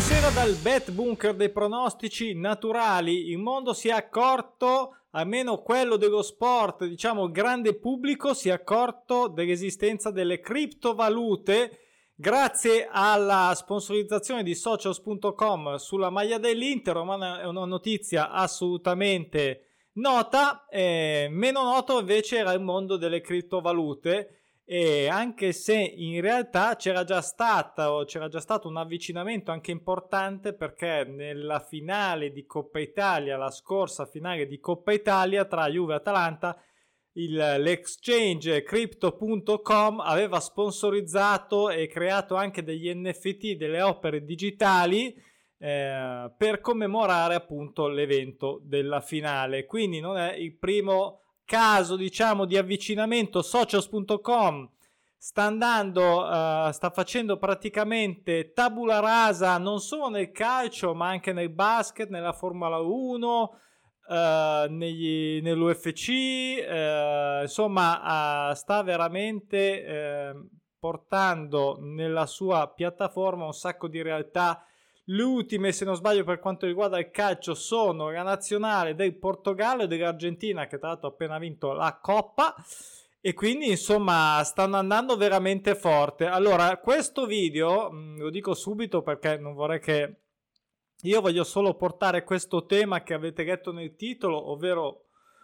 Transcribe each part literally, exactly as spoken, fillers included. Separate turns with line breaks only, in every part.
Buonasera dal Bet Bunker dei pronostici naturali. Il mondo si è accorto, almeno quello dello sport, diciamo il grande pubblico, si è accorto dell'esistenza delle criptovalute grazie alla sponsorizzazione di socios punto com sulla maglia dell'Inter. Ma è una notizia assolutamente nota. Eh, meno noto invece era il mondo delle criptovalute. E anche se in realtà c'era già stata o c'era già stato un avvicinamento anche importante, perché nella finale di Coppa Italia, la scorsa finale di Coppa Italia tra Juve e Atalanta, il, l'exchange crypto punto com aveva sponsorizzato e creato anche degli N F T, delle opere digitali eh, per commemorare appunto l'evento della finale. Quindi non è il primo caso, diciamo, di avvicinamento. socios punto com sta andando, uh, sta facendo praticamente tabula rasa non solo nel calcio ma anche nel basket, nella Formula uno, uh, negli, nell'U F C, uh, insomma uh, sta veramente uh, portando nella sua piattaforma un sacco di realtà. Le ultime, se non sbaglio, per quanto riguarda il calcio sono la nazionale del Portogallo e dell'Argentina, che tra l'altro ha appena vinto la Coppa, e quindi insomma stanno andando veramente forte. Allora, questo video, mh, lo dico subito perché non vorrei che... Io voglio solo portare questo tema che avete letto nel titolo, ovvero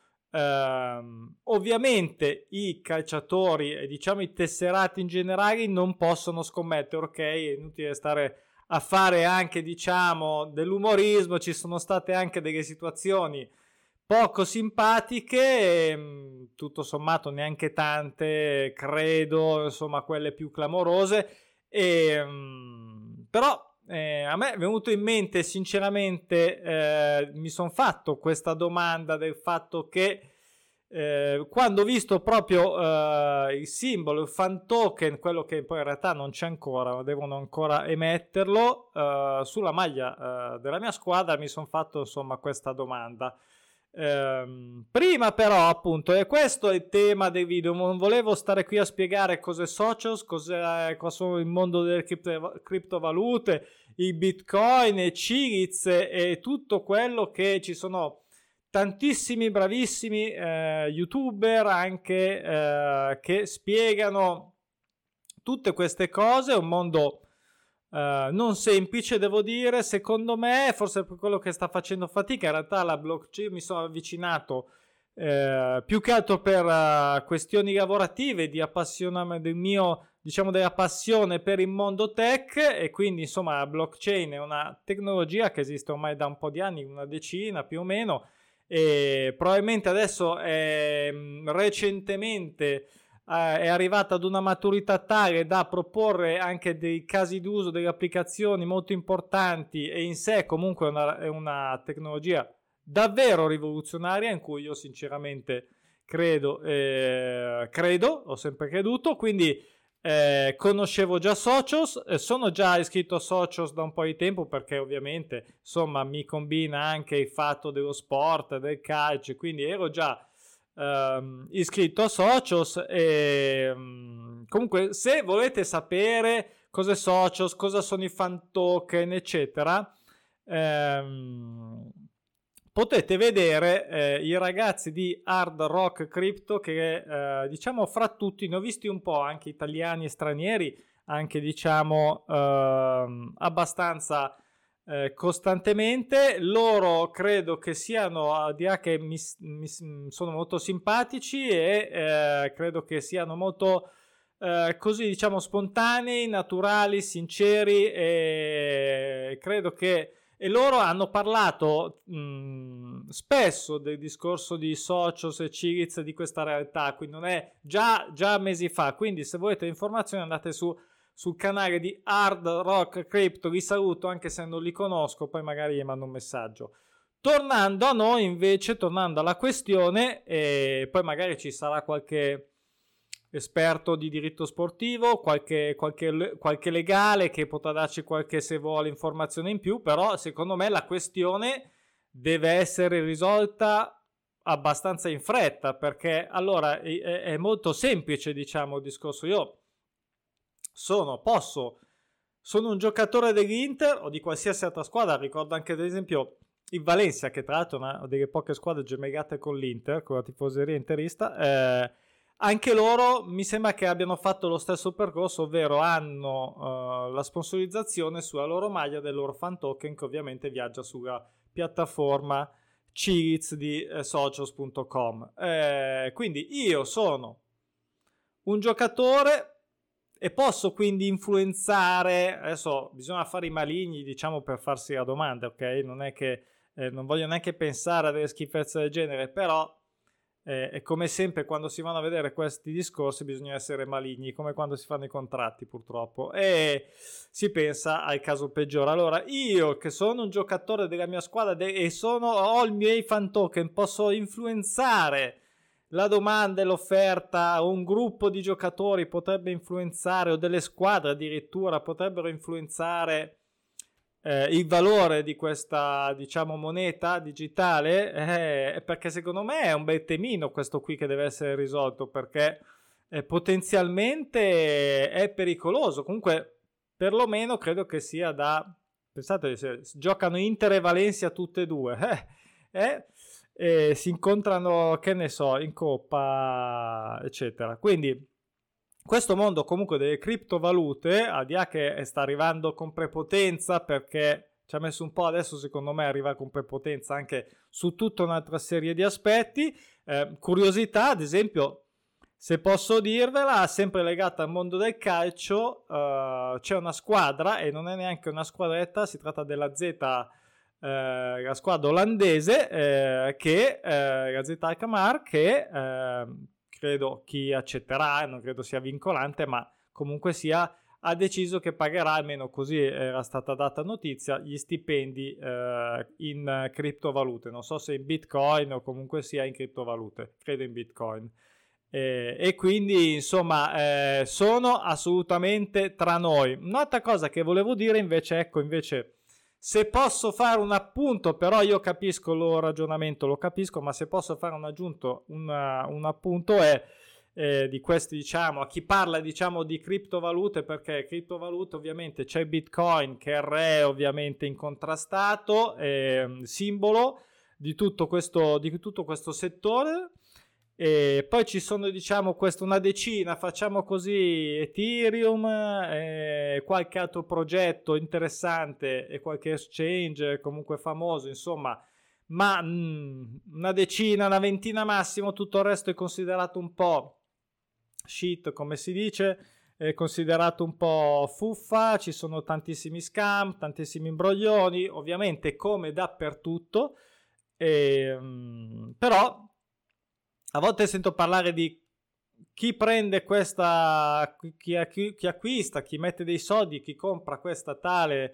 ehm, ovviamente i calciatori e diciamo i tesserati in generale non possono scommettere, ok? È inutile stare a fare anche, diciamo, dell'umorismo. Ci sono state anche delle situazioni poco simpatiche, e, tutto sommato neanche tante, credo, insomma quelle più clamorose, e, però eh, a me è venuto in mente sinceramente, eh, mi sono fatto questa domanda del fatto che Eh, quando ho visto proprio eh, il simbolo, il fan token, quello che poi in realtà non c'è ancora, devono ancora emetterlo eh, sulla maglia eh, della mia squadra, mi sono fatto insomma questa domanda. Eh, prima però appunto, e questo è il tema del video, non volevo stare qui a spiegare cos'è Socios, cos'è, cosa sono il mondo delle cripto, criptovalute, i bitcoin, i Ciliz e tutto quello che ci sono. Tantissimi bravissimi eh, youtuber anche eh, che spiegano tutte queste cose. È un mondo eh, non semplice, devo dire, secondo me, forse per quello che sta facendo fatica. In realtà la blockchain mi sono avvicinato eh, più che altro per uh, questioni lavorative, di appassionamento del mio, diciamo, della passione per il mondo tech, e quindi insomma la blockchain è una tecnologia che esiste ormai da un po' di anni, una decina più o meno, e probabilmente adesso è, recentemente eh, è arrivata ad una maturità tale da proporre anche dei casi d'uso, delle applicazioni molto importanti, e in sé comunque è una, è una tecnologia davvero rivoluzionaria in cui io sinceramente credo, eh, credo, ho sempre creduto. Quindi Eh, conoscevo già Socios, eh, sono già iscritto a Socios da un po' di tempo, perché ovviamente insomma mi combina anche il fatto dello sport, del calcio, quindi ero già ehm, iscritto a Socios. E um, comunque, se volete sapere cos'è Socios, cosa sono i fan token eccetera, ehm, potete vedere eh, i ragazzi di Hard Rock Crypto, che eh, diciamo fra tutti ne ho visti un po', anche italiani e stranieri, anche diciamo eh, abbastanza eh, costantemente. Loro credo che siano, al di là che mi, mi sono molto simpatici, e eh, credo che siano molto eh, così, diciamo, spontanei, naturali, sinceri, e credo che E loro hanno parlato mh, spesso del discorso di Socios e Ciliz, di questa realtà, quindi non è già, già mesi fa. Quindi se volete informazioni andate su, sul canale di Hard Rock Crypto. Vi saluto anche se non li conosco, poi magari gli mando un messaggio. Tornando a noi invece, tornando alla questione, e poi magari ci sarà qualche esperto di diritto sportivo, qualche, qualche, qualche legale che potrà darci qualche, se vuole, informazione in più. Però secondo me la questione deve essere risolta abbastanza in fretta, perché allora è, è molto semplice, diciamo, il discorso. Io sono, posso sono un giocatore dell'Inter o di qualsiasi altra squadra, ricordo anche ad esempio il Valencia, che tra l'altro è una delle poche squadre gemellate con l'Inter, con la tifoseria interista, eh, anche loro mi sembra che abbiano fatto lo stesso percorso, ovvero hanno uh, la sponsorizzazione sulla loro maglia del loro fan token, che ovviamente viaggia sulla piattaforma Ciriz di eh, socios punto com. Eh, quindi io sono un giocatore e posso quindi influenzare, adesso bisogna fare i maligni, diciamo, per farsi la domanda, ok? Non è che eh, non voglio neanche pensare a delle schifezze del genere, però eh, è come sempre quando si vanno a vedere questi discorsi bisogna essere maligni, come quando si fanno i contratti purtroppo, e si pensa al caso peggiore. Allora io che sono un giocatore della mia squadra de- e sono, ho il miei fan token, posso influenzare la domanda e l'offerta, un gruppo di giocatori potrebbe influenzare, o delle squadre addirittura potrebbero influenzare eh, il valore di questa, diciamo, moneta digitale, eh, perché secondo me è un bel temino questo qui che deve essere risolto, perché eh, potenzialmente è pericoloso. Comunque perlomeno credo che sia da, pensate, se giocano Inter e Valencia tutte e due, eh, eh e si incontrano, che ne so, in coppa, eccetera. Quindi questo mondo comunque delle criptovalute, al di là che sta arrivando con prepotenza, perché ci ha messo un po' adesso, secondo me arriva con prepotenza anche su tutta un'altra serie di aspetti. Eh, curiosità, ad esempio, se posso dirvela, sempre legata al mondo del calcio, eh, c'è una squadra, e non è neanche una squadretta, si tratta della Z, eh, la squadra olandese, eh, che eh, la Z Alkmaar, che eh, credo chi accetterà, non credo sia vincolante, ma comunque sia, ha deciso che pagherà, almeno così era stata data notizia, gli stipendi eh, in criptovalute, non so se in Bitcoin o comunque sia in criptovalute, credo in Bitcoin. Eh, e quindi insomma eh, sono assolutamente tra noi. Un'altra cosa che volevo dire invece, ecco, invece, se posso fare un appunto, però io capisco il loro ragionamento, lo capisco, ma se posso fare un aggiunto, una, un appunto è eh, di questi, diciamo, a chi parla, diciamo, di criptovalute, perché criptovalute ovviamente c'è Bitcoin che è il re ovviamente incontrastato, eh, simbolo di tutto questo, di tutto questo settore. E poi ci sono, diciamo, questo, una decina, facciamo così, Ethereum, eh, qualche altro progetto interessante e qualche exchange comunque famoso, insomma, ma mh, una decina, una ventina massimo. Tutto il resto è considerato un po' shit, come si dice, è considerato un po' fuffa, ci sono tantissimi scam, tantissimi imbroglioni, ovviamente come dappertutto, e, mh, però a volte sento parlare di chi prende questa, chi, chi, chi acquista, chi mette dei soldi, chi compra questa tale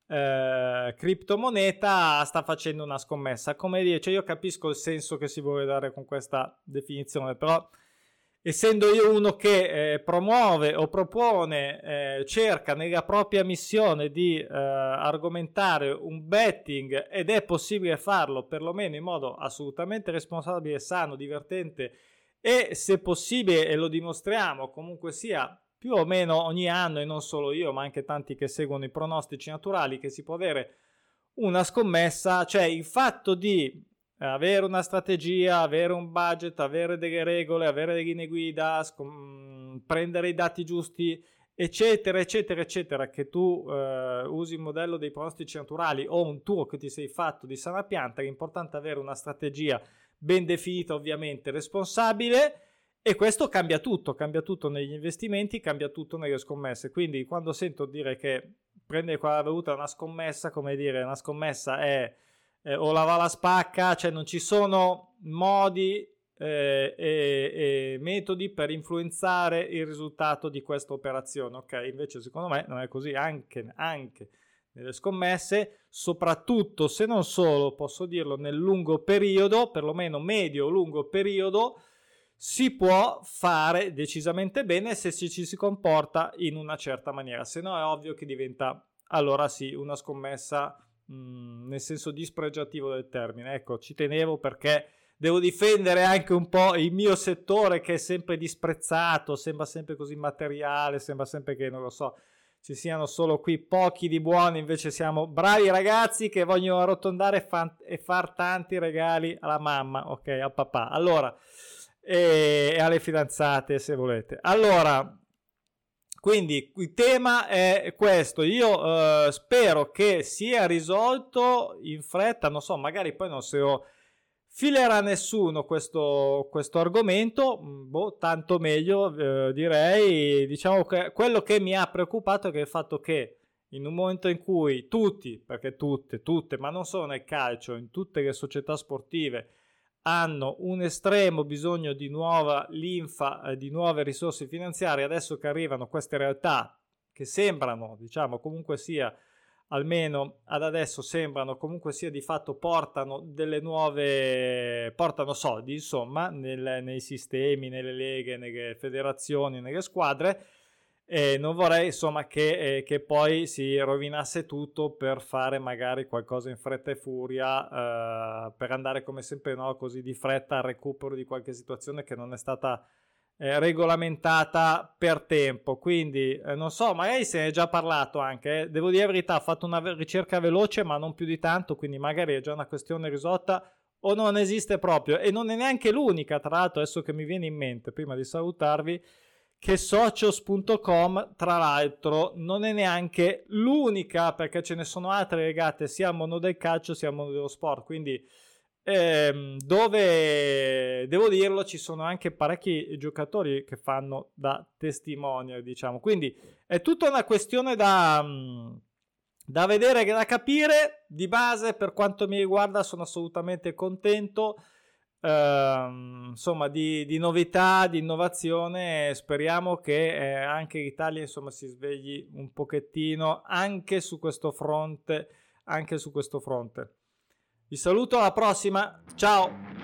eh, criptomoneta sta facendo una scommessa. Come dire, cioè io capisco il senso che si vuole dare con questa definizione, però essendo io uno che eh, promuove o propone, eh, cerca nella propria missione di eh, argomentare un betting, ed è possibile farlo perlomeno in modo assolutamente responsabile, sano, divertente, e se possibile, e lo dimostriamo comunque sia più o meno ogni anno, e non solo io ma anche tanti che seguono i pronostici naturali, che si può avere una scommessa, cioè il fatto di avere una strategia, avere un budget, avere delle regole, avere delle linee guida, scom- prendere i dati giusti, eccetera, eccetera, eccetera, che tu eh, usi il modello dei pronostici naturali o un tuo che ti sei fatto di sana pianta. L'importante è avere una strategia ben definita, ovviamente responsabile, e questo cambia tutto, cambia tutto negli investimenti, cambia tutto nelle scommesse. Quindi quando sento dire che prendere quella valuta è una scommessa, come dire, una scommessa è Eh, o la va la spacca, cioè non ci sono modi eh, e, e metodi per influenzare il risultato di questa operazione, ok? Invece secondo me non è così, anche, anche nelle scommesse, soprattutto se non solo, posso dirlo, nel lungo periodo, perlomeno medio-lungo periodo, si può fare decisamente bene se ci si comporta in una certa maniera, se no è ovvio che diventa, allora sì, una scommessa Mm, nel senso dispregiativo del termine. Ecco, ci tenevo perché devo difendere anche un po' il mio settore, che è sempre disprezzato, sembra sempre così materiale, sembra sempre che, non lo so, ci siano solo qui pochi di buoni, invece siamo bravi ragazzi che vogliono arrotondare e, fan- e far tanti regali alla mamma, ok, al papà, allora, e, e alle fidanzate se volete. Allora, quindi il tema è questo, io eh, spero che sia risolto in fretta, non so, magari poi non se lo filerà nessuno questo, questo argomento, boh, tanto meglio eh, direi. Diciamo che quello che mi ha preoccupato è che il fatto che in un momento in cui tutti, perché tutte, tutte, ma non solo nel calcio, in tutte le società sportive hanno un estremo bisogno di nuova linfa, eh, di nuove risorse finanziarie, adesso che arrivano queste realtà che sembrano, diciamo, comunque sia, almeno ad adesso sembrano comunque sia di fatto portano delle nuove, portano soldi insomma nel, nei sistemi, nelle leghe, nelle federazioni, nelle squadre, e non vorrei insomma che, eh, che poi si rovinasse tutto per fare magari qualcosa in fretta e furia, eh, per andare come sempre, no, così di fretta al recupero di qualche situazione che non è stata Eh, regolamentata per tempo. Quindi eh, non so, magari se ne è già parlato anche, eh. Devo dire la verità, ho fatto una ricerca veloce ma non più di tanto, quindi magari è già una questione risolta o non esiste proprio, e non è neanche l'unica. Tra l'altro, adesso che mi viene in mente prima di salutarvi, che socios punto com tra l'altro non è neanche l'unica, perché ce ne sono altre legate sia al mondo del calcio sia al mondo dello sport, quindi Eh, dove, devo dirlo, ci sono anche parecchi giocatori che fanno da testimonial, diciamo. Quindi è tutta una questione da, da vedere, da capire. Di base, per quanto mi riguarda, sono assolutamente contento, eh, insomma, di, di novità, di innovazione. Speriamo che eh, anche l'Italia, insomma, si svegli un pochettino anche su questo fronte, anche su questo fronte. Vi saluto, alla prossima, ciao!